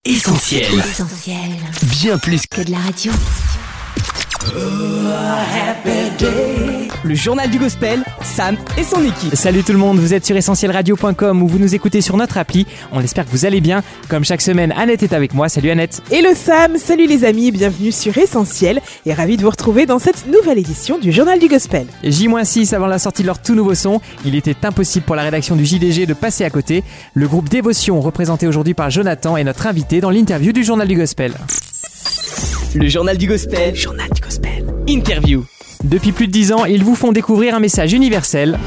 Essentiel. Bien plus que de la radio. Le journal du gospel, Sam et son équipe. Salut tout le monde, vous êtes sur essentielradio.com ou vous nous écoutez sur notre appli. On espère que vous allez bien. Comme chaque semaine, Annette est avec moi. Salut Annette. Hello Sam, salut les amis, bienvenue sur Essentiel et ravi de vous retrouver dans cette nouvelle édition du journal du gospel. J-6 avant la sortie de leur tout nouveau son, il était impossible pour la rédaction du JDG de passer à côté. Le groupe Dévotion, représenté aujourd'hui par Jonathan, est notre invité dans l'interview du journal du gospel. Le journal du gospel, interview. Depuis plus de 10 ans, ils vous font découvrir un message universel,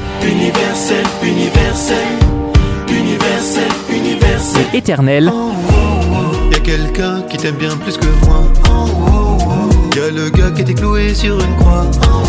et éternel. Y'a quelqu'un qui t'aime bien plus que moi. Y'a le gars qui était cloué sur une croix.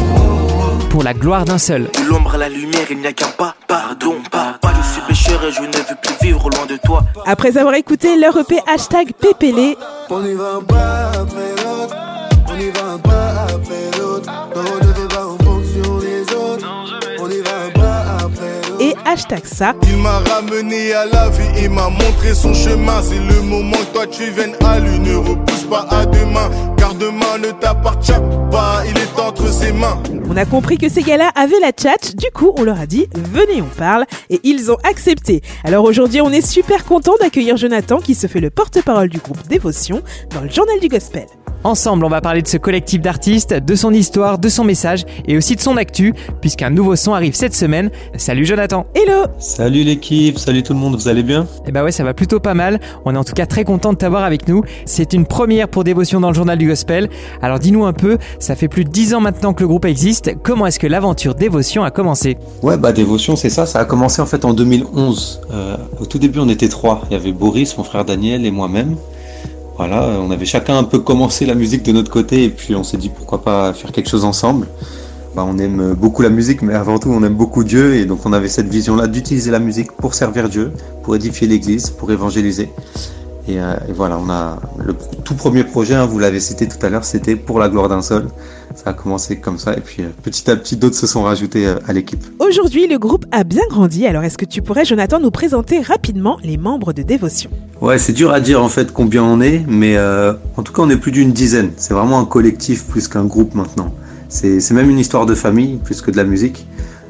Pour la gloire d'un seul. De l'ombre à la lumière, il n'y a qu'un pas. Pardon, papa, je suis pécheur et je ne veux plus vivre loin de toi. Après avoir écouté leur EP #Pépélé, On y va pas après l'autre. On y va pas après l'autre. Non, on ne fait pas en fonction des autres. On y va pas après l'autre. et #Ça, Il m'a ramené à la vie, il m'a montré son chemin. C'est le moment que toi tu viennes à lui. Ne repousse pas à demain, car demain ne t'appartient pas. Il est entre ses mains. on a compris que ces gars-là avaient la tchatch, du coup on leur a dit « Venez on parle » et ils ont accepté. Alors aujourd'hui on est super content d'accueillir Jonathan qui se fait le porte-parole du groupe Dévotion dans le journal du gospel. Ensemble, on va parler de ce collectif d'artistes, de son histoire, de son message et aussi de son actu, puisqu'un nouveau son arrive cette semaine. Salut Jonathan. Hello. Salut l'équipe, salut tout le monde, vous allez bien ? Eh bah ouais, ça va plutôt pas mal. On est en tout cas très content de t'avoir avec nous. C'est une première pour Dévotion dans le journal du gospel. Alors dis-nous un peu, ça fait plus de 10 ans maintenant que le groupe existe. Comment est-ce que l'aventure Dévotion a commencé ? Ouais, Dévotion, c'est ça a commencé en fait en 2011. Au tout début, on était 3. Il y avait Boris, mon frère Daniel et moi-même. Voilà, on avait chacun un peu commencé la musique de notre côté et puis on s'est dit pourquoi pas faire quelque chose ensemble. On aime beaucoup la musique, mais avant tout on aime beaucoup Dieu et donc on avait cette vision-là d'utiliser la musique pour servir Dieu, pour édifier l'église, pour évangéliser. Et voilà, on a le tout premier projet, vous l'avez cité tout à l'heure, c'était Pour la gloire d'un seul. Ça a commencé comme ça et puis petit à petit d'autres se sont rajoutés à l'équipe. Aujourd'hui le groupe a bien grandi, alors est-ce que tu pourrais Jonathan nous présenter rapidement les membres de Dévotion ? Ouais, c'est dur à dire en fait combien on est, mais en tout cas on est plus d'une dizaine. C'est vraiment un collectif plus qu'un groupe maintenant. C'est même une histoire de famille plus que de la musique.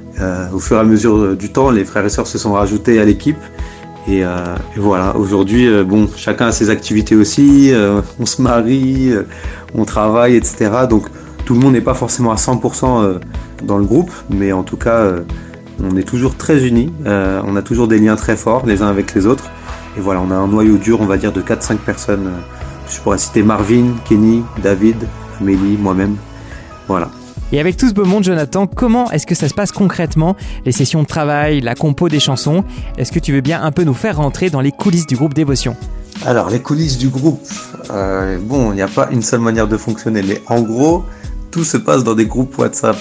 Au fur et à mesure du temps, les frères et sœurs se sont rajoutés à l'équipe. Et voilà, aujourd'hui, chacun a ses activités aussi, on se marie, on travaille, etc. Donc tout le monde n'est pas forcément à 100% dans le groupe, mais en tout cas, on est toujours très unis, on a toujours des liens très forts les uns avec les autres. Et voilà, on a un noyau dur, on va dire, de 4-5 personnes. Je pourrais citer Marvin, Kenny, David, Amélie, moi-même. Voilà. Et avec tout ce beau monde, Jonathan, comment est-ce que ça se passe concrètement ? Les sessions de travail, la compo des chansons. Est-ce que tu veux bien un peu nous faire rentrer dans les coulisses du groupe Dévotion ? Alors, les coulisses du groupe, il n'y a pas une seule manière de fonctionner, mais en gros, tout se passe dans des groupes WhatsApp.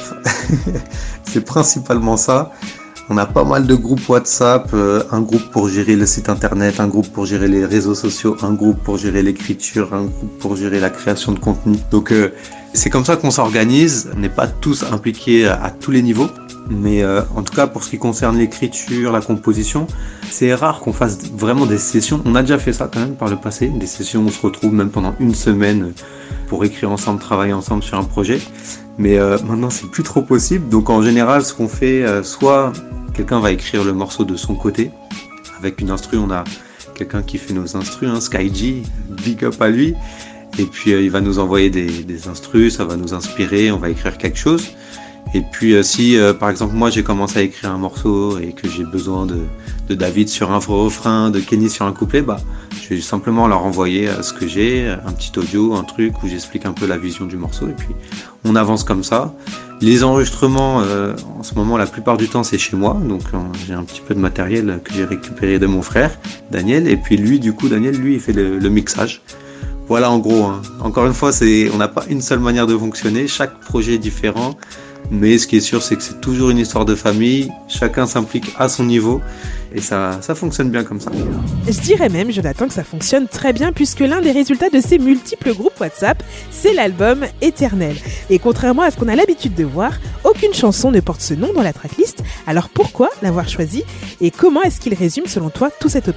C'est principalement ça. On a pas mal de groupes WhatsApp, un groupe pour gérer le site internet, un groupe pour gérer les réseaux sociaux, un groupe pour gérer l'écriture, un groupe pour gérer la création de contenu. Donc c'est comme ça qu'on s'organise, on n'est pas tous impliqués à tous les niveaux, mais en tout cas pour ce qui concerne l'écriture, la composition, c'est rare qu'on fasse vraiment des sessions. On a déjà fait ça quand même par le passé, des sessions où on se retrouve même pendant une semaine pour écrire ensemble, travailler ensemble sur un projet. Mais maintenant c'est plus trop possible, donc en général ce qu'on fait, soit quelqu'un va écrire le morceau de son côté, avec une instru, on a quelqu'un qui fait nos instrus, Sky big up à lui, et puis il va nous envoyer des instrus, ça va nous inspirer, on va écrire quelque chose. Et puis si par exemple moi j'ai commencé à écrire un morceau et que j'ai besoin de David sur un refrain, de Kenny sur un couplet, je vais simplement leur envoyer ce que j'ai, un petit audio, un truc où j'explique un peu la vision du morceau et puis on avance comme ça. Les enregistrements en ce moment la plupart du temps c'est chez moi, donc j'ai un petit peu de matériel que j'ai récupéré de mon frère Daniel et puis Daniel il fait le mixage. Voilà en gros, Encore une fois on n'a pas une seule manière de fonctionner, chaque projet est différent. Mais ce qui est sûr, c'est que c'est toujours une histoire de famille, chacun s'implique à son niveau et ça fonctionne bien comme ça. Je dirais même, Jonathan, que ça fonctionne très bien puisque l'un des résultats de ces multiples groupes WhatsApp, c'est l'album Éternel. Et contrairement à ce qu'on a l'habitude de voir, aucune chanson ne porte ce nom dans la tracklist. Alors pourquoi l'avoir choisi et comment est-ce qu'il résume selon toi tout cet opus ?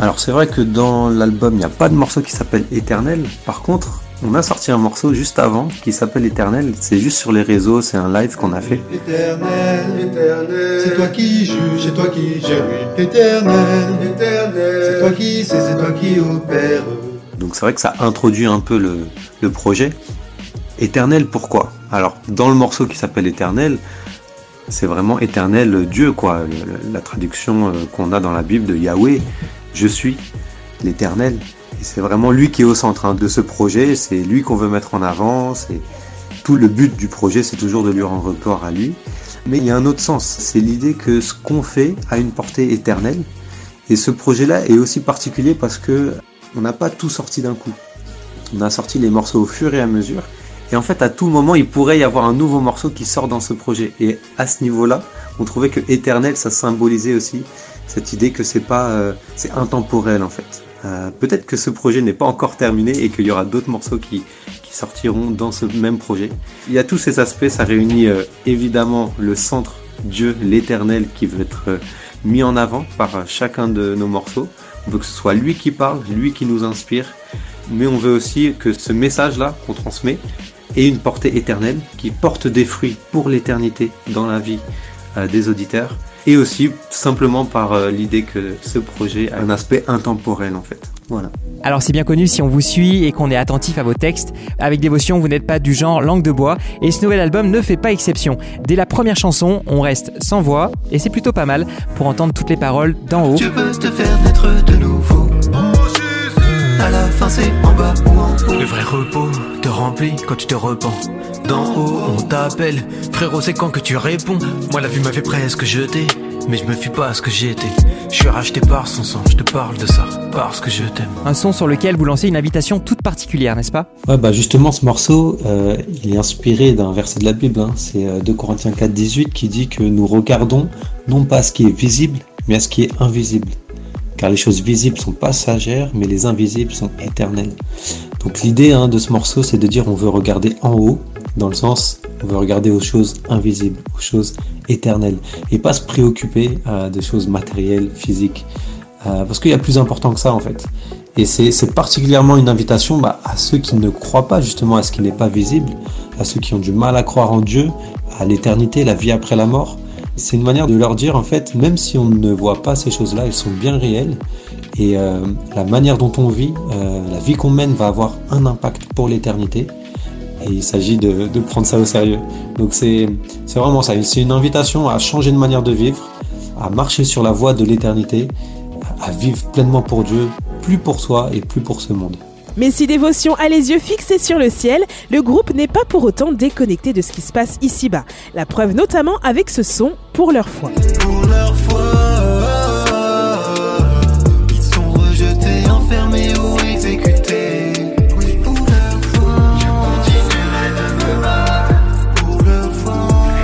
Alors c'est vrai que dans l'album, il n'y a pas de morceau qui s'appelle Éternel. Par contre, on a sorti un morceau juste avant qui s'appelle Éternel. C'est juste sur les réseaux, c'est un live qu'on a fait. Éternel, éternel, c'est toi qui juges, c'est toi qui gères. Éternel, éternel, c'est toi qui sais, c'est toi qui opère. Donc c'est vrai que ça introduit un peu le projet. Éternel, pourquoi ? Alors dans le morceau qui s'appelle Éternel, c'est vraiment éternel Dieu, quoi. La traduction qu'on a dans la Bible de Yahweh, je suis l'éternel. Et c'est vraiment lui qui est au centre de ce projet, c'est lui qu'on veut mettre en avant, c'est tout le but du projet, c'est toujours de lui rendre gloire à lui. Mais il y a un autre sens, c'est l'idée que ce qu'on fait a une portée éternelle. Et ce projet-là est aussi particulier parce que on n'a pas tout sorti d'un coup. On a sorti les morceaux au fur et à mesure. Et en fait, à tout moment, il pourrait y avoir un nouveau morceau qui sort dans ce projet. Et à ce niveau-là, on trouvait que éternel, ça symbolisait aussi cette idée que c'est intemporel en fait. Peut-être que ce projet n'est pas encore terminé et qu'il y aura d'autres morceaux qui sortiront dans ce même projet. Il y a tous ces aspects, ça réunit évidemment le centre, Dieu, l'éternel, qui veut être mis en avant par chacun de nos morceaux. On veut que ce soit lui qui parle, lui qui nous inspire, mais on veut aussi que ce message-là qu'on transmet ait une portée éternelle, qui porte des fruits pour l'éternité dans la vie des auditeurs, et aussi simplement par l'idée que ce projet a un aspect intemporel en fait. Voilà. Alors c'est bien connu, si on vous suit et qu'on est attentif à vos textes, avec Dévotion, vous n'êtes pas du genre langue de bois, et ce nouvel album ne fait pas exception. Dès la première chanson, on reste sans voix, et c'est plutôt pas mal pour entendre toutes les paroles d'en haut. Je veux te faire naître de nouveau. À la fin c'est en bas ou en haut. Le vrai repos te remplit quand tu te repens. D'en haut on t'appelle, frérot c'est quand que tu réponds. Moi la vue m'avait presque jeté, mais je me fie pas à ce que j'étais. Je suis racheté par son sang, je te parle de ça, parce que je t'aime. Un son sur lequel vous lancez une invitation toute particulière, n'est-ce pas ? Ouais, justement ce morceau, il est inspiré d'un verset de la Bible, hein. C'est 2 Corinthiens 4,18 qui dit que nous regardons non pas à ce qui est visible, mais à ce qui est invisible. Car les choses visibles sont passagères, mais les invisibles sont éternelles. Donc l'idée de ce morceau, c'est de dire on veut regarder en haut, dans le sens on veut regarder aux choses invisibles, aux choses éternelles, et pas se préoccuper des choses matérielles, physiques, parce qu'il y a plus important que ça en fait. Et c'est particulièrement une invitation à ceux qui ne croient pas justement à ce qui n'est pas visible, à ceux qui ont du mal à croire en Dieu, à l'éternité, la vie après la mort. C'est une manière de leur dire en fait, même si on ne voit pas ces choses-là, elles sont bien réelles, et la manière dont on vit, la vie qu'on mène va avoir un impact pour l'éternité, et il s'agit de prendre ça au sérieux. Donc c'est vraiment ça, c'est une invitation à changer de manière de vivre, à marcher sur la voie de l'éternité, à vivre pleinement pour Dieu, plus pour soi et plus pour ce monde. Mais si Dévotion a les yeux fixés sur le ciel, le groupe n'est pas pour autant déconnecté de ce qui se passe ici-bas. La preuve notamment avec ce son Pour leur foi. Pour leur foi, ils sont rejetés, enfermés ou exécutés. Oui, pour leur foi, je continuerai de me battre. Pour leur foi,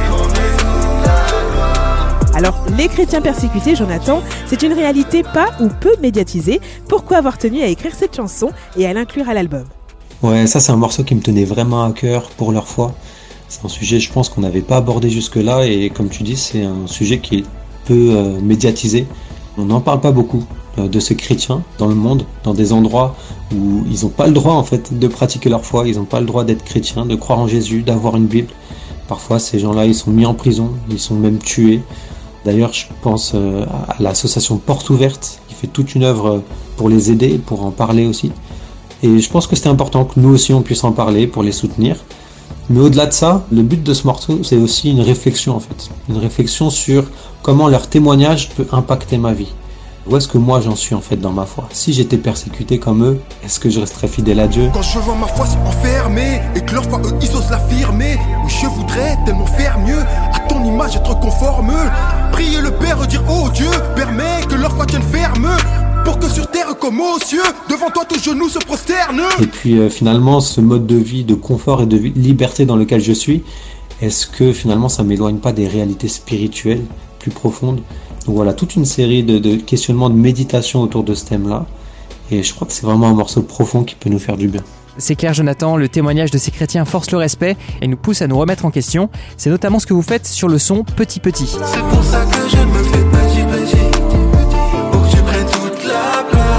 Alors, les chrétiens persécutés, Jonathan, c'est une réalité pas ou peu médiatisée. Pourquoi avoir tenu à écrire cette chanson et à l'inclure à l'album ? Ouais, ça c'est un morceau qui me tenait vraiment à cœur, Pour leur foi. C'est un sujet, je pense, qu'on n'avait pas abordé jusque-là, et comme tu dis, c'est un sujet qui est peu médiatisé. On n'en parle pas beaucoup de ces chrétiens dans le monde, dans des endroits où ils n'ont pas le droit en fait de pratiquer leur foi, ils n'ont pas le droit d'être chrétiens, de croire en Jésus, d'avoir une Bible. Parfois, ces gens-là, ils sont mis en prison, ils sont même tués. D'ailleurs, je pense à l'association Porte Ouverte, qui fait toute une œuvre pour les aider, pour en parler aussi. Et je pense que c'était important que nous aussi on puisse en parler pour les soutenir. Mais au-delà de ça, le but de ce morceau, c'est aussi une réflexion en fait. Une réflexion sur comment leur témoignage peut impacter ma vie. Où est-ce que moi j'en suis en fait dans ma foi ? Si j'étais persécuté comme eux, est-ce que je resterais fidèle à Dieu ? Quand je vois ma foi enfermée et que leur foi eux ils osent l'affirmer, oui je voudrais tellement faire mieux, à ton image être conforme. Prier le Père, dire oh Dieu, permets que leur foi tienne ferme, pour que sur terre comme aux cieux, devant toi tous genoux se prosternent. Et puis finalement, ce mode de vie de confort et de liberté dans lequel je suis, est-ce que finalement ça m'éloigne pas des réalités spirituelles plus profondes ? Donc voilà, toute une série de questionnements, de méditation autour de ce thème-là. Et je crois que c'est vraiment un morceau profond qui peut nous faire du bien. C'est clair, Jonathan, le témoignage de ces chrétiens force le respect et nous pousse à nous remettre en question. C'est notamment ce que vous faites sur le son Petit Petit. c'est pour ça que je me fais petit, pour que tu prennes toute la place.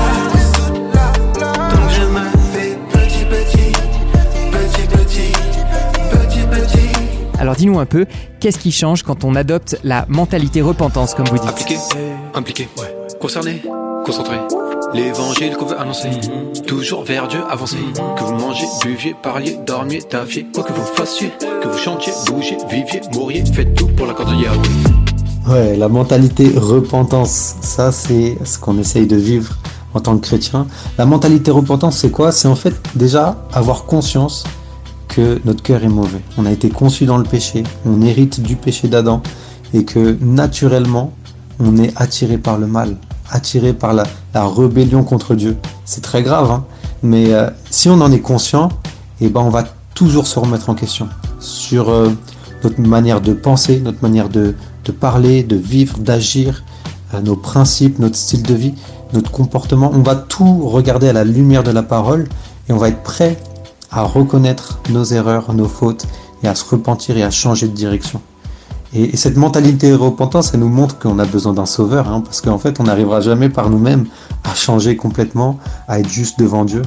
Alors dis-nous un peu, qu'est-ce qui change quand on adopte la mentalité repentance, comme vous dites ? Impliqué, concerné, concentré. L'évangile qu'on veut annoncer, toujours vers Dieu avancer. Que vous mangez, buviez, parliez, dormiez, taffiez, quoi que vous fassiez, que vous chantiez, bougiez, viviez, mouriez, faites tout pour la cause de Yahweh. Ouais, la mentalité repentance, ça c'est ce qu'on essaye de vivre en tant que chrétien. La mentalité repentance, c'est quoi ? C'est en fait déjà avoir conscience que notre cœur est mauvais. On a été conçu dans le péché, on hérite du péché d'Adam et que naturellement, on est attiré par le mal, attiré par la rébellion contre Dieu. C'est très grave, hein, mais si on en est conscient, on va toujours se remettre en question sur notre manière de penser, notre manière de parler, de vivre, d'agir, nos principes, notre style de vie, notre comportement. On va tout regarder à la lumière de la parole et on va être prêt à reconnaître nos erreurs, nos fautes et à se repentir et à changer de direction. Et cette mentalité de repentance, elle nous montre qu'on a besoin d'un sauveur, hein, parce qu'en fait, on n'arrivera jamais par nous-mêmes à changer complètement, à être juste devant Dieu.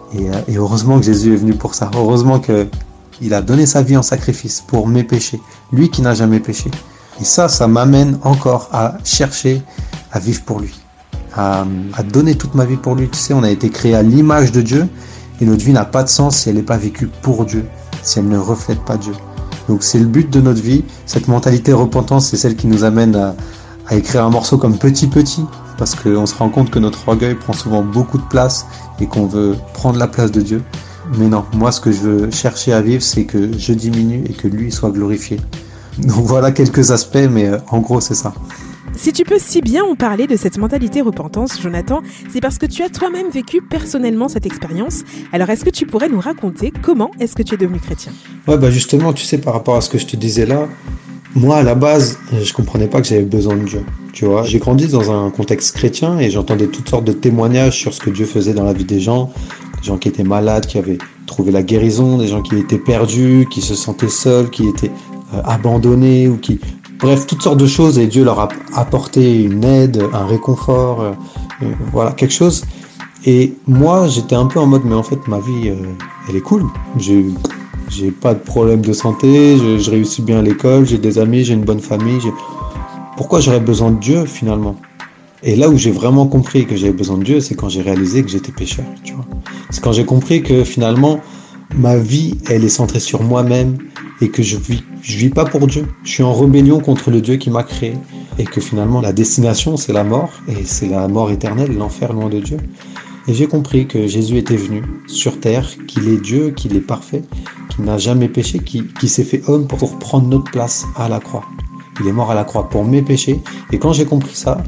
Et heureusement que Jésus est venu pour ça. Heureusement qu'il a donné sa vie en sacrifice pour mes péchés. Lui qui n'a jamais péché. Et ça m'amène encore à chercher à vivre pour lui. À donner toute ma vie pour lui. Tu sais, on a été créé à l'image de Dieu. Et notre vie n'a pas de sens si elle n'est pas vécue pour Dieu. Si elle ne reflète pas Dieu. Donc c'est le but de notre vie, cette mentalité repentance, c'est celle qui nous amène à écrire un morceau comme Petit Petit, parce qu'on se rend compte que notre orgueil prend souvent beaucoup de place et qu'on veut prendre la place de Dieu. Mais non, moi ce que je veux chercher à vivre, c'est que je diminue et que lui soit glorifié. Donc voilà quelques aspects, mais en gros c'est ça. Si tu peux si bien en parler de cette mentalité repentance, Jonathan, c'est parce que tu as toi-même vécu personnellement cette expérience. Alors est-ce que tu pourrais nous raconter comment est-ce que tu es devenu chrétien ? Ouais, justement, tu sais, par rapport à ce que je te disais là, moi à la base, je comprenais pas que j'avais besoin de Dieu. Tu vois, j'ai grandi dans un contexte chrétien et j'entendais toutes sortes de témoignages sur ce que Dieu faisait dans la vie des gens qui étaient malades, qui avaient trouvé la guérison, des gens qui étaient perdus, qui se sentaient seuls, qui étaient abandonnés ou qui... Bref, toutes sortes de choses et Dieu leur a apporté une aide, un réconfort, voilà, quelque chose. Et moi, j'étais un peu en mode, mais en fait, ma vie, elle est cool. J'ai pas de problème de santé, je réussis bien à l'école, j'ai des amis, j'ai une bonne famille. Pourquoi j'aurais besoin de Dieu, finalement ? Et là où j'ai vraiment compris que j'avais besoin de Dieu, c'est quand j'ai réalisé que j'étais pécheur, tu vois. C'est quand j'ai compris que finalement, ma vie, elle est centrée sur moi-même et que je vis pas pour Dieu. Je suis en rébellion contre le Dieu qui m'a créé et que finalement la destination c'est la mort et c'est la mort éternelle, l'enfer loin de Dieu. Et j'ai compris que Jésus était venu sur terre, qu'il est Dieu, qu'il est parfait, qu'il n'a jamais péché, qu'il s'est fait homme pour prendre notre place à la croix. Il est mort à la croix pour mes péchés. Et quand j'ai compris ça,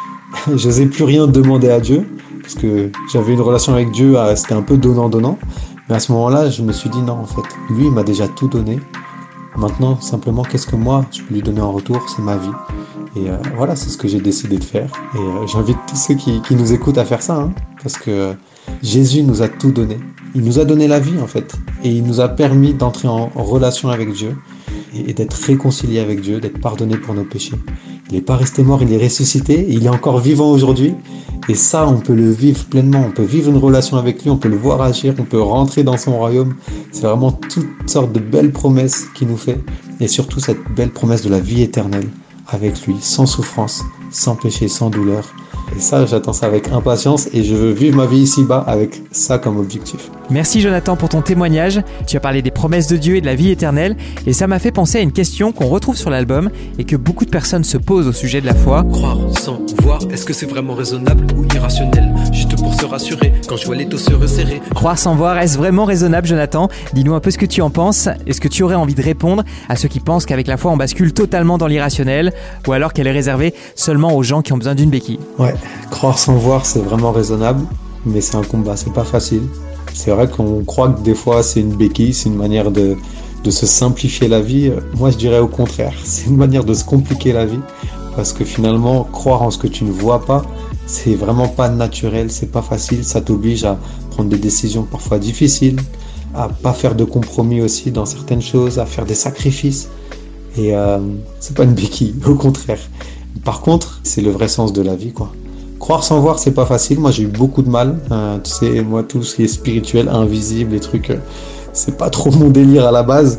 je n'osais plus rien demander à Dieu parce que j'avais une relation avec Dieu, c'était un peu donnant-donnant. Mais à ce moment-là, je me suis dit non, en fait, lui, il m'a déjà tout donné. Maintenant, simplement, qu'est-ce que moi, je peux lui donner en retour ? C'est ma vie. Et voilà, c'est ce que j'ai décidé de faire. Et j'invite tous ceux qui nous écoutent à faire ça, hein, parce que Jésus nous a tout donné. Il nous a donné la vie, en fait. Et il nous a permis d'entrer en relation avec Dieu et d'être réconcilié avec Dieu, d'être pardonné pour nos péchés. Il n'est pas resté mort, il est ressuscité. Il est encore vivant aujourd'hui. Et ça, on peut le vivre pleinement. On peut vivre une relation avec lui, on peut le voir agir, on peut rentrer dans son royaume. C'est vraiment toutes sortes de belles promesses qu'il nous fait. Et surtout cette belle promesse de la vie éternelle avec lui, sans souffrance, sans péché, sans douleur. Et ça, j'attends ça avec impatience et je veux vivre ma vie ici-bas avec ça comme objectif. Merci Jonathan pour ton témoignage. Tu as parlé des promesses de Dieu et de la vie éternelle et ça m'a fait penser à une question qu'on retrouve sur l'album et que beaucoup de personnes se posent au sujet de la foi. Croire sans voir, est-ce que c'est vraiment raisonnable ou irrationnel ? Juste pour se rassurer quand je vois les taux se resserrer. Croire sans voir, est-ce vraiment raisonnable Jonathan ? Dis-nous un peu ce que tu en penses. Est-ce que tu aurais envie de répondre à ceux qui pensent qu'avec la foi on bascule totalement dans l'irrationnel ou alors qu'elle est réservée seulement aux gens qui ont besoin d'une béquille ? Ouais, croire sans voir c'est vraiment raisonnable, mais c'est un combat, c'est pas facile. C'est vrai qu'on croit que des fois c'est une béquille, c'est une manière de se simplifier la vie. Moi je dirais au contraire, c'est une manière de se compliquer la vie parce que finalement croire en ce que tu ne vois pas, c'est vraiment pas naturel, c'est pas facile, ça t'oblige à prendre des décisions parfois difficiles, à pas faire de compromis aussi dans certaines choses, à faire des sacrifices et c'est pas une béquille, au contraire. Par contre, c'est le vrai sens de la vie quoi. Croire sans voir, c'est pas facile. Moi, j'ai eu beaucoup de mal. Tu sais, moi, tout ce qui est spirituel, invisible, les trucs, c'est pas trop mon délire à la base.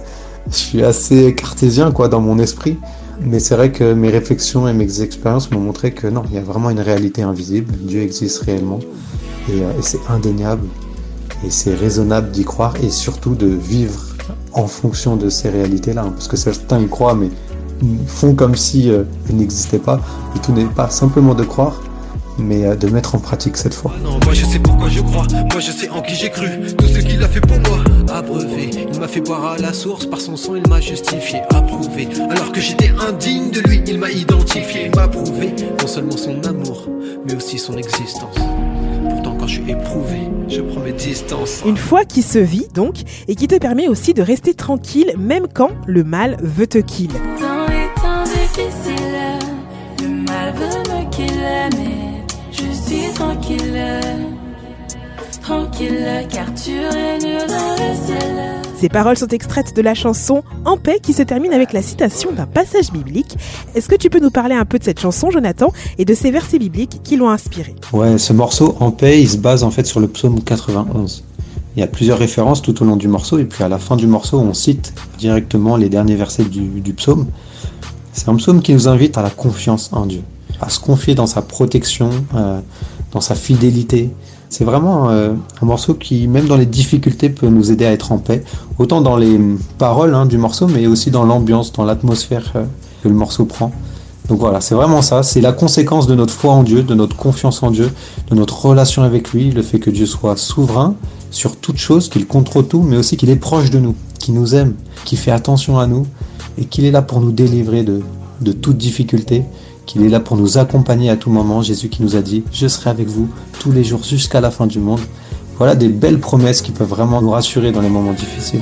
Je suis assez cartésien quoi, dans mon esprit. Mais c'est vrai que mes réflexions et mes expériences m'ont montré que non, il y a vraiment une réalité invisible. Dieu existe réellement. Et c'est indéniable. Et c'est raisonnable d'y croire. Et surtout de vivre en fonction de ces réalités-là. Parce que certains y croient, mais font comme si elles n'existaient pas. Le tout n'est pas simplement de croire, mais de mettre en pratique cette foi. Non, moi je sais pourquoi je crois, moi je sais en qui j'ai cru, tout ce qu'il a fait pour moi, abreuvé, il m'a fait boire à la source, par son sang il m'a justifié, approuvé, alors que j'étais indigne de lui, il m'a identifié, il m'a prouvé, non seulement son amour, mais aussi son existence. Pourtant quand je suis éprouvé, je prends mes distances. Une foi qui se vit donc, et qui te permet aussi de rester tranquille, même quand le mal veut te kill. Dans les temps difficiles, le mal veut me killer, mais je suis tranquille, tranquille, car tu règnes dans le ciel. Ces paroles sont extraites de la chanson En paix qui se termine avec la citation d'un passage biblique. Est-ce que tu peux nous parler un peu de cette chanson, Jonathan, et de ces versets bibliques qui l'ont inspirée ? Ouais, ce morceau En paix, il se base en fait sur le psaume 91. Il y a plusieurs références tout au long du morceau, et puis à la fin du morceau, on cite directement les derniers versets du psaume. C'est un psaume qui nous invite à la confiance en Dieu, à se confier dans sa protection, dans sa fidélité. C'est vraiment un morceau qui, même dans les difficultés, peut nous aider à être en paix. Autant dans les paroles du morceau, mais aussi dans l'ambiance, dans l'atmosphère que le morceau prend. Donc voilà, c'est vraiment ça. C'est la conséquence de notre foi en Dieu, de notre confiance en Dieu, de notre relation avec lui, le fait que Dieu soit souverain sur toute chose, qu'il contrôle tout, mais aussi qu'il est proche de nous, qu'il nous aime, qu'il fait attention à nous et qu'il est là pour nous délivrer de toute difficulté, qu'il est là pour nous accompagner à tout moment. Jésus qui nous a dit « Je serai avec vous tous les jours jusqu'à la fin du monde ». Voilà des belles promesses qui peuvent vraiment nous rassurer dans les moments difficiles.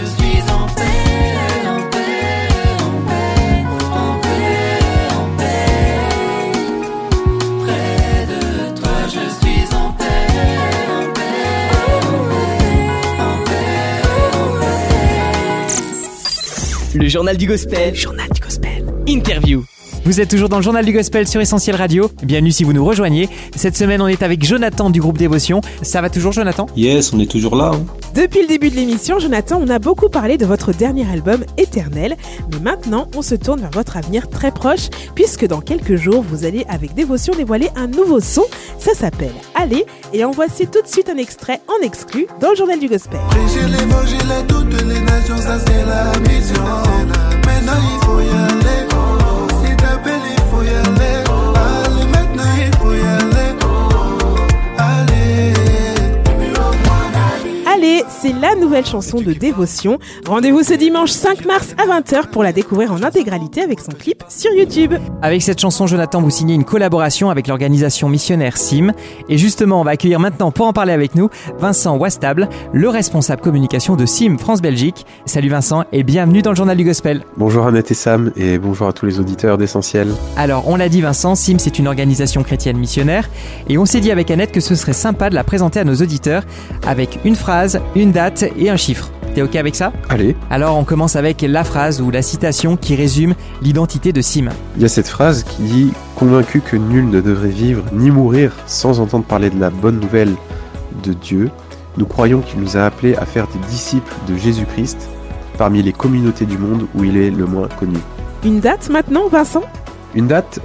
Le journal du gospel. Interview. Vous êtes toujours dans le journal du gospel sur Essentiel Radio. Bienvenue si vous nous rejoignez. Cette semaine, on est avec Jonathan du groupe Dévotion. Ça va toujours, Jonathan ? Yes, on est toujours là. Depuis le début de l'émission, Jonathan, on a beaucoup parlé de votre dernier album Éternel. Mais maintenant, on se tourne vers votre avenir très proche, puisque dans quelques jours, vous allez avec Dévotion dévoiler un nouveau son. Ça s'appelle Allez, et en voici tout de suite un extrait en exclu dans le journal du gospel. Prêcher l'évangile à toutes les nations, ça c'est la mission. Maintenant il faut y aller. Si t'appelles, il faut y aller. Allez, maintenant il faut y aller. Allez. Allez, c'est la nouvelle chanson de Dévotion. Rendez-vous ce dimanche 5 mars à 20h pour la découvrir en intégralité avec son clip sur YouTube. Avec cette chanson, Jonathan, vous signez une collaboration avec l'organisation missionnaire SIM. Et justement, on va accueillir maintenant pour en parler avec nous Vincent Wastable, le responsable communication de SIM France-Belgique. Salut Vincent et bienvenue dans le journal du gospel. Bonjour Annette et Sam et bonjour à tous les auditeurs d'Essentiel. Alors, on l'a dit Vincent, SIM c'est une organisation chrétienne missionnaire et on s'est dit avec Annette que ce serait sympa de la présenter à nos auditeurs avec une phrase, une date et un chiffre. T'es ok avec ça ? Allez. Alors on commence avec la phrase ou la citation qui résume l'identité de SIM. Il y a cette phrase qui dit « Convaincu que nul ne devrait vivre ni mourir sans entendre parler de la bonne nouvelle de Dieu, nous croyons qu'il nous a appelés à faire des disciples de Jésus-Christ parmi les communautés du monde où il est le moins connu. » Une date maintenant, Vincent ? Une date,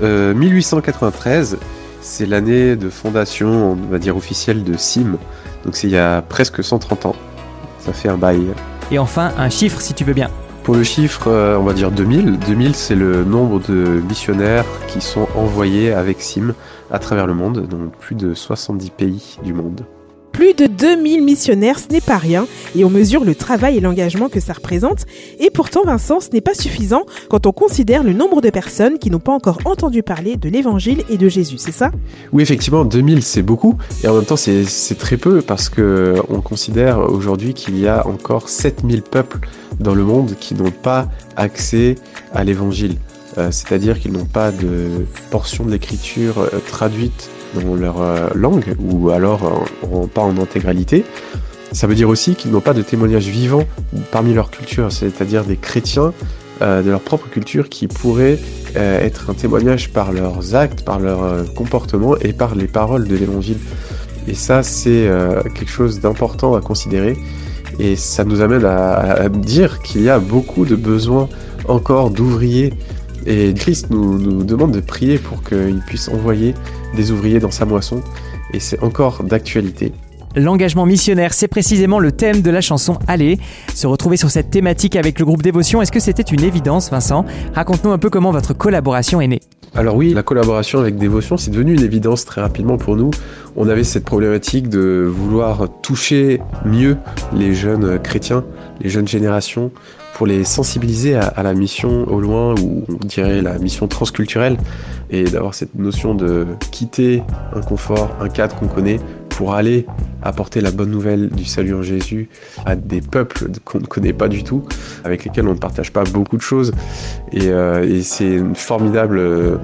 1893, c'est l'année de fondation, on va dire officielle de SIM. Donc c'est il y a presque 130 ans. Ça fait un bail. Et enfin, un chiffre si tu veux bien. Pour le chiffre, on va dire 2000. 2000, c'est le nombre de missionnaires qui sont envoyés avec SIM à travers le monde, dans plus de 70 pays du monde. Plus de 2000 missionnaires, ce n'est pas rien, et on mesure le travail et l'engagement que ça représente. Et pourtant, Vincent, ce n'est pas suffisant quand on considère le nombre de personnes qui n'ont pas encore entendu parler de l'évangile et de Jésus, c'est ça ? Oui, effectivement, 2000 c'est beaucoup, et en même temps c'est très peu, parce qu'on considère aujourd'hui qu'il y a encore 7000 peuples dans le monde qui n'ont pas accès à l'évangile. C'est-à-dire qu'ils n'ont pas de portion de l'écriture traduite dans leur langue, ou alors pas en intégralité. Ça veut dire aussi qu'ils n'ont pas de témoignages vivants parmi leur culture, c'est-à-dire des chrétiens de leur propre culture qui pourraient être un témoignage par leurs actes, par leur comportement et par les paroles de l'évangile. Et ça, c'est quelque chose d'important à considérer. Et ça nous amène à dire qu'il y a beaucoup de besoins encore d'ouvriers. Et Christ nous demande de prier pour qu'il puisse envoyer des ouvriers dans sa moisson. Et c'est encore d'actualité. L'engagement missionnaire, c'est précisément le thème de la chanson Allez. Se retrouver sur cette thématique avec le groupe Dévotion, est-ce que c'était une évidence, Vincent ? Raconte-nous un peu comment votre collaboration est née. Alors oui, la collaboration avec Dévotion, c'est devenu une évidence très rapidement pour nous. On avait cette problématique de vouloir toucher mieux les jeunes chrétiens, les jeunes générations, pour les sensibiliser à la mission au loin, ou on dirait la mission transculturelle, et d'avoir cette notion de quitter un confort, un cadre qu'on connaît, pour aller apporter la bonne nouvelle du salut en Jésus à des peuples qu'on ne connaît pas du tout, avec lesquels on ne partage pas beaucoup de choses. Et c'est un formidable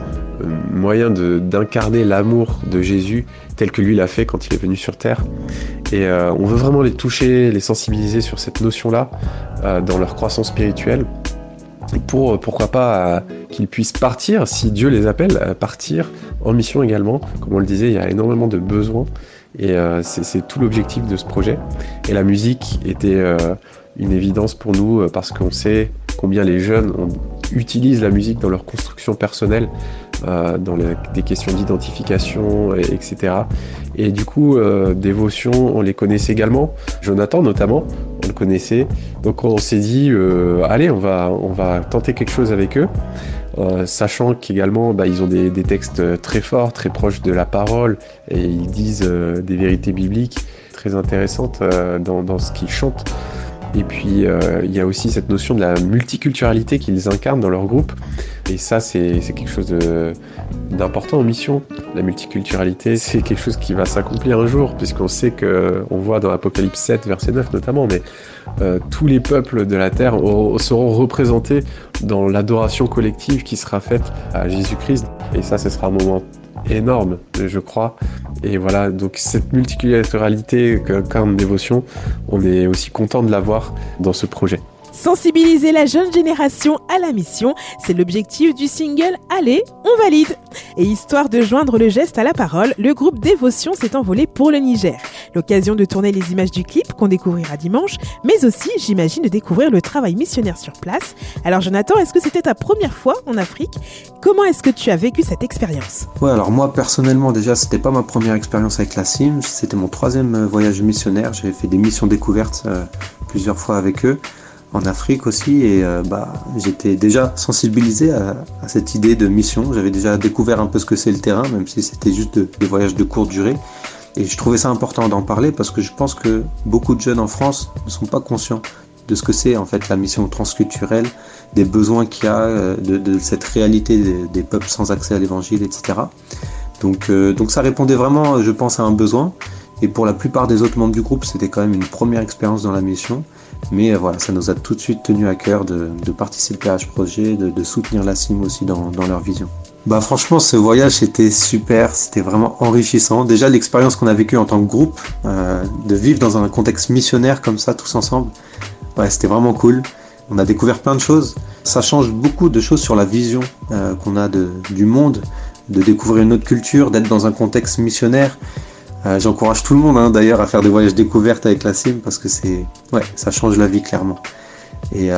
moyen d'incarner l'amour de Jésus tel que lui l'a fait quand il est venu sur terre. Et on veut vraiment les toucher, les sensibiliser sur cette notion-là dans leur croissance spirituelle. Pour, pourquoi pas, qu'ils puissent partir, si Dieu les appelle, partir en mission également. Comme on le disait, il y a énormément de besoins. Et c'est tout l'objectif de ce projet. Et la musique était une évidence pour nous parce qu'on sait combien les jeunes utilisent la musique dans leur construction personnelle, dans des questions d'identification, etc. Et du coup, Dévotion, on les connaissait également. Jonathan notamment, on le connaissait. Donc on s'est dit, allez, on va tenter quelque chose avec eux. Sachant qu'également ils ont des textes très forts, très proches de la parole, et ils disent des vérités bibliques très intéressantes dans ce qu'ils chantent. Et puis il y a aussi cette notion de la multiculturalité qu'ils incarnent dans leur groupe, et ça c'est quelque chose d'important en mission. La multiculturalité, c'est quelque chose qui va s'accomplir un jour, puisqu'on sait on voit dans Apocalypse 7 verset 9 notamment, mais tous les peuples de la terre seront représentés dans l'adoration collective qui sera faite à Jésus-Christ. Et ça, ce sera un moment énorme, je crois. Et voilà, donc cette multiculturalité qu'incarne Dévotion, on est aussi content de l'avoir dans ce projet. Sensibiliser la jeune génération à la mission, c'est l'objectif du single Allez, on valide. Et histoire de joindre le geste à la parole, le groupe Dévotion s'est envolé pour le Niger. L'occasion de tourner les images du clip qu'on découvrira dimanche, mais aussi, j'imagine, de découvrir le travail missionnaire sur place. Alors Jonathan, est-ce que c'était ta première fois en Afrique ? Comment est-ce que tu as vécu cette expérience ? Ouais, alors moi personnellement déjà, c'était pas ma première expérience avec la CIM, c'était mon 3e voyage missionnaire. J'avais fait des missions découvertes plusieurs fois avec eux. En Afrique aussi, et j'étais déjà sensibilisé à cette idée de mission. J'avais déjà découvert un peu ce que c'est le terrain, même si c'était juste des voyages de courte durée. Et je trouvais ça important d'en parler parce que je pense que beaucoup de jeunes en France ne sont pas conscients de ce que c'est en fait la mission transculturelle, des besoins qu'il y a, de cette réalité des peuples sans accès à l'évangile, etc. Donc ça répondait vraiment, je pense, à un besoin. Et pour la plupart des autres membres du groupe, c'était quand même une première expérience dans la mission. Mais voilà, ça nous a tout de suite tenu à cœur de participer à ce projet, de soutenir la CIM aussi dans leur vision. Franchement, ce voyage était super, c'était vraiment enrichissant. Déjà, l'expérience qu'on a vécue en tant que groupe, de vivre dans un contexte missionnaire comme ça, tous ensemble, c'était vraiment cool. On a découvert plein de choses. Ça change beaucoup de choses sur la vision qu'on a du monde, de découvrir une autre culture, d'être dans un contexte missionnaire. J'encourage tout le monde d'ailleurs à faire des voyages découvertes avec la CIM parce que ça change la vie clairement. Et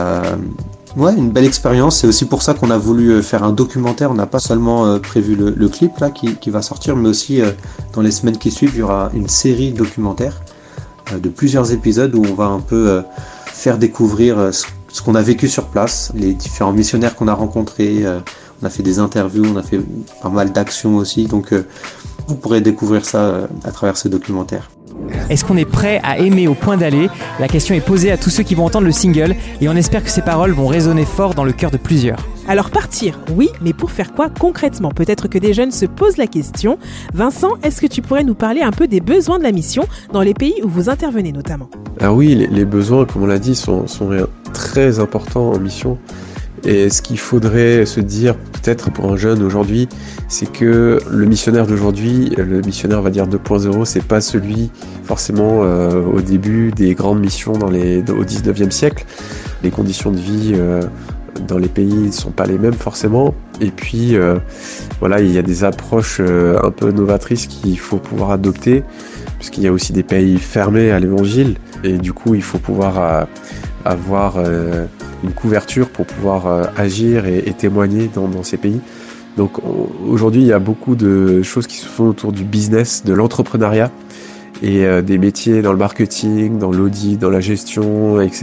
une belle expérience. C'est aussi pour ça qu'on a voulu faire un documentaire. On n'a pas seulement prévu le clip là qui va sortir, mais aussi dans les semaines qui suivent, il y aura une série documentaire de plusieurs épisodes où on va un peu faire découvrir ce qu'on a vécu sur place, les différents missionnaires qu'on a rencontrés. On a fait des interviews, on a fait pas mal d'actions aussi. Donc vous pourrez découvrir ça à travers ce documentaire. Est-ce qu'on est prêt à aimer au point d'aller ? La question est posée à tous ceux qui vont entendre le single et on espère que ces paroles vont résonner fort dans le cœur de plusieurs. Alors partir, oui, mais pour faire quoi concrètement ? Peut-être que des jeunes se posent la question. Vincent, est-ce que tu pourrais nous parler un peu des besoins de la mission dans les pays où vous intervenez notamment ? Alors oui, les besoins, comme on l'a dit, sont très importants en mission. Et ce qu'il faudrait se dire peut-être pour un jeune aujourd'hui, c'est que le missionnaire d'aujourd'hui, le missionnaire on va dire 2.0, c'est pas celui forcément au début des grandes missions au 19e siècle. Les conditions de vie dans les pays ne sont pas les mêmes forcément. Et puis il y a des approches un peu novatrices qu'il faut pouvoir adopter. puisqu'il y a aussi des pays fermés à l'évangile, et du coup il faut pouvoir avoir une couverture pour pouvoir agir et témoigner dans ces pays. Donc aujourd'hui, il y a beaucoup de choses qui se font autour du business, de l'entrepreneuriat, et des métiers dans le marketing, dans l'audit, dans la gestion, etc.,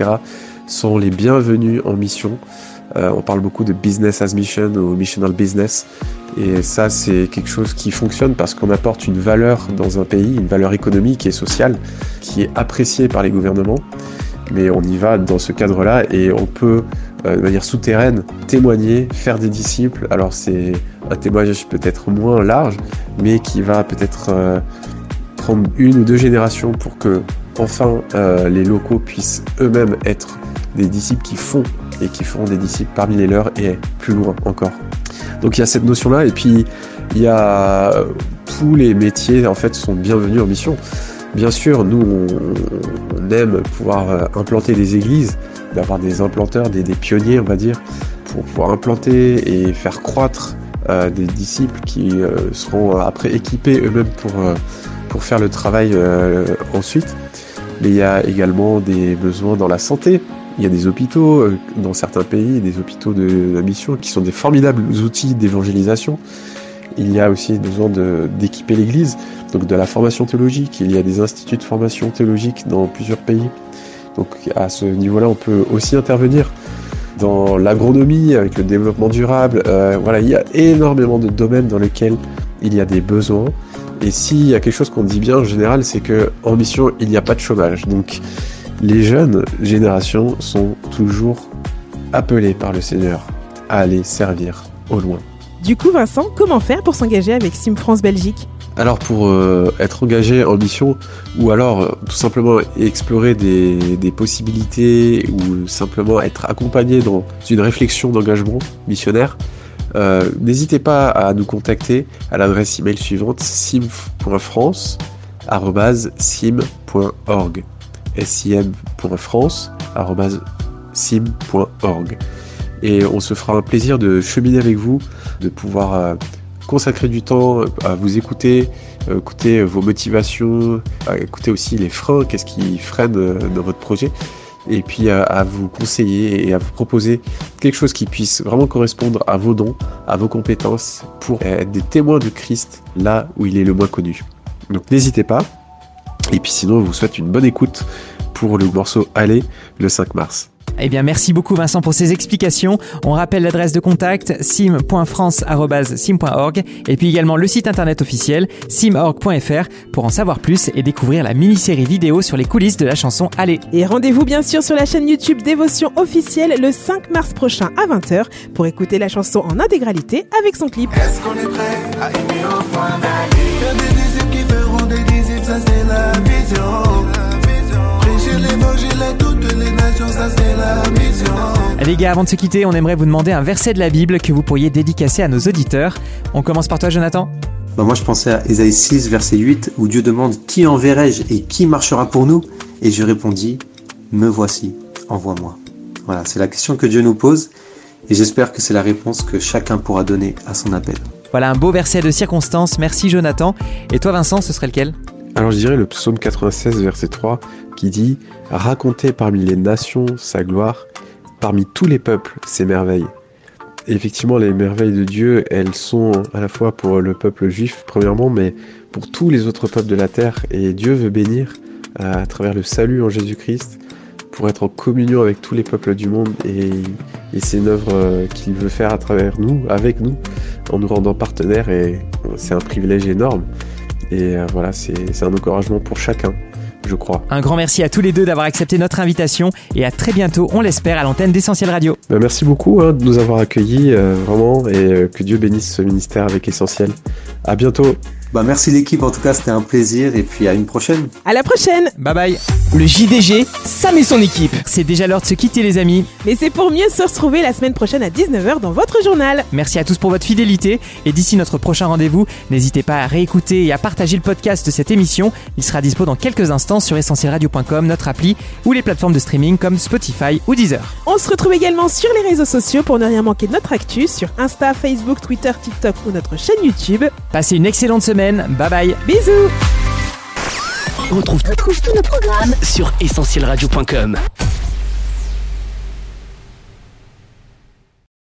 sont les bienvenus en mission. On parle beaucoup de business as mission ou missional business, et ça c'est quelque chose qui fonctionne parce qu'on apporte une valeur dans un pays, une valeur économique et sociale qui est appréciée par les gouvernements. Mais on y va dans ce cadre-là et on peut, de manière souterraine, témoigner, faire des disciples. Alors c'est un témoignage peut-être moins large, mais qui va peut-être prendre 1 ou 2 générations pour que, enfin, les locaux puissent eux-mêmes être des disciples qui font et qui feront des disciples parmi les leurs et plus loin encore. Donc il y a cette notion-là, et puis il y a tous les métiers en fait sont bienvenus en mission. Bien sûr, nous, on aime pouvoir implanter des églises, d'avoir des implanteurs, des pionniers, on va dire, pour pouvoir implanter et faire croître des disciples qui seront après équipés eux-mêmes pour faire le travail ensuite. Mais il y a également des besoins dans la santé. Il y a des hôpitaux dans certains pays, des hôpitaux de la mission qui sont des formidables outils d'évangélisation. Il y a aussi besoin d'équiper l'église, donc de la formation théologique. Il y a des instituts de formation théologique dans plusieurs pays. Donc à ce niveau-là, on peut aussi intervenir dans l'agronomie, avec le développement durable. Voilà, il y a énormément de domaines dans lesquels il y a des besoins. Et s'il y a quelque chose qu'on dit bien en général, c'est qu'en mission, il n'y a pas de chômage. Donc les jeunes générations sont toujours appelées par le Seigneur à aller servir au loin. Du coup, Vincent, comment faire pour s'engager avec Sim France Belgique ? Alors pour être engagé en mission, ou alors tout simplement explorer des possibilités, ou simplement être accompagné dans une réflexion d'engagement missionnaire, n'hésitez pas à nous contacter à l'adresse email suivante: sim.france@sim.org, sim.france@sim.org. Et on se fera un plaisir de cheminer avec vous, de pouvoir consacrer du temps à vous écouter vos motivations, à écouter aussi les freins, qu'est-ce qui freine dans votre projet, et puis à vous conseiller et à vous proposer quelque chose qui puisse vraiment correspondre à vos dons, à vos compétences, pour être des témoins de Christ là où il est le moins connu. Donc n'hésitez pas, et puis sinon on vous souhaite une bonne écoute pour le morceau Aller le 5 mars. Eh bien, merci beaucoup Vincent pour ces explications. On rappelle l'adresse de contact: sim.france@sim.org, et puis également le site internet officiel simorg.fr pour en savoir plus et découvrir la mini-série vidéo sur les coulisses de la chanson Allez. Et rendez-vous bien sûr sur la chaîne YouTube Dévotion officielle le 5 mars prochain à 20h pour écouter la chanson en intégralité avec son clip. Est-ce qu'on est prêt à aimer au point d'aller? Il y a des disciples qui feront des disciples, ça c'est la vision. Prêcher l'évangile à toutes les nations, ça c'est la mission. Les gars, avant de se quitter, on aimerait vous demander un verset de la Bible que vous pourriez dédicacer à nos auditeurs. On commence par toi, Jonathan. Moi je pensais à Ésaïe 6 verset 8 où Dieu demande: qui enverrai-je et qui marchera pour nous? Et je répondis: me voici, envoie-moi. Voilà, c'est la question que Dieu nous pose, et j'espère que c'est la réponse que chacun pourra donner à son appel. Voilà un beau verset de circonstance, merci Jonathan. Et toi Vincent, ce serait lequel? Alors je dirais le psaume 96 verset 3 qui dit: racontez parmi les nations sa gloire, parmi tous les peuples ses merveilles. Et effectivement, les merveilles de Dieu, elles sont à la fois pour le peuple juif premièrement, mais pour tous les autres peuples de la terre. Et Dieu veut bénir à travers le salut en Jésus-Christ pour être en communion avec tous les peuples du monde, et c'est une œuvre qu'il veut faire à travers nous, avec nous, en nous rendant partenaires, et c'est un privilège énorme. Et voilà, c'est un encouragement pour chacun, je crois. Un grand merci à tous les deux d'avoir accepté notre invitation, et à très bientôt, on l'espère, à l'antenne d'Essentiel Radio. Merci beaucoup de nous avoir accueillis, vraiment, et que Dieu bénisse ce ministère avec Essentiel. À bientôt. Merci l'équipe, en tout cas c'était un plaisir, et puis à une prochaine. À la prochaine. Bye bye. Le JDG, Sam et son équipe. C'est déjà l'heure de se quitter les amis. Mais c'est pour mieux se retrouver la semaine prochaine à 19h dans votre journal. Merci à tous pour votre fidélité, et d'ici notre prochain rendez-vous, n'hésitez pas à réécouter et à partager le podcast de cette émission. Il sera dispo dans quelques instants sur essentielradio.com, notre appli, ou les plateformes de streaming comme Spotify ou Deezer. On se retrouve également sur les réseaux sociaux pour ne rien manquer de notre actu sur Insta, Facebook, Twitter, TikTok ou notre chaîne YouTube. Passez une excellente semaine, bye bye. Bisous. Retrouve tous nos programmes sur essentielradio.com.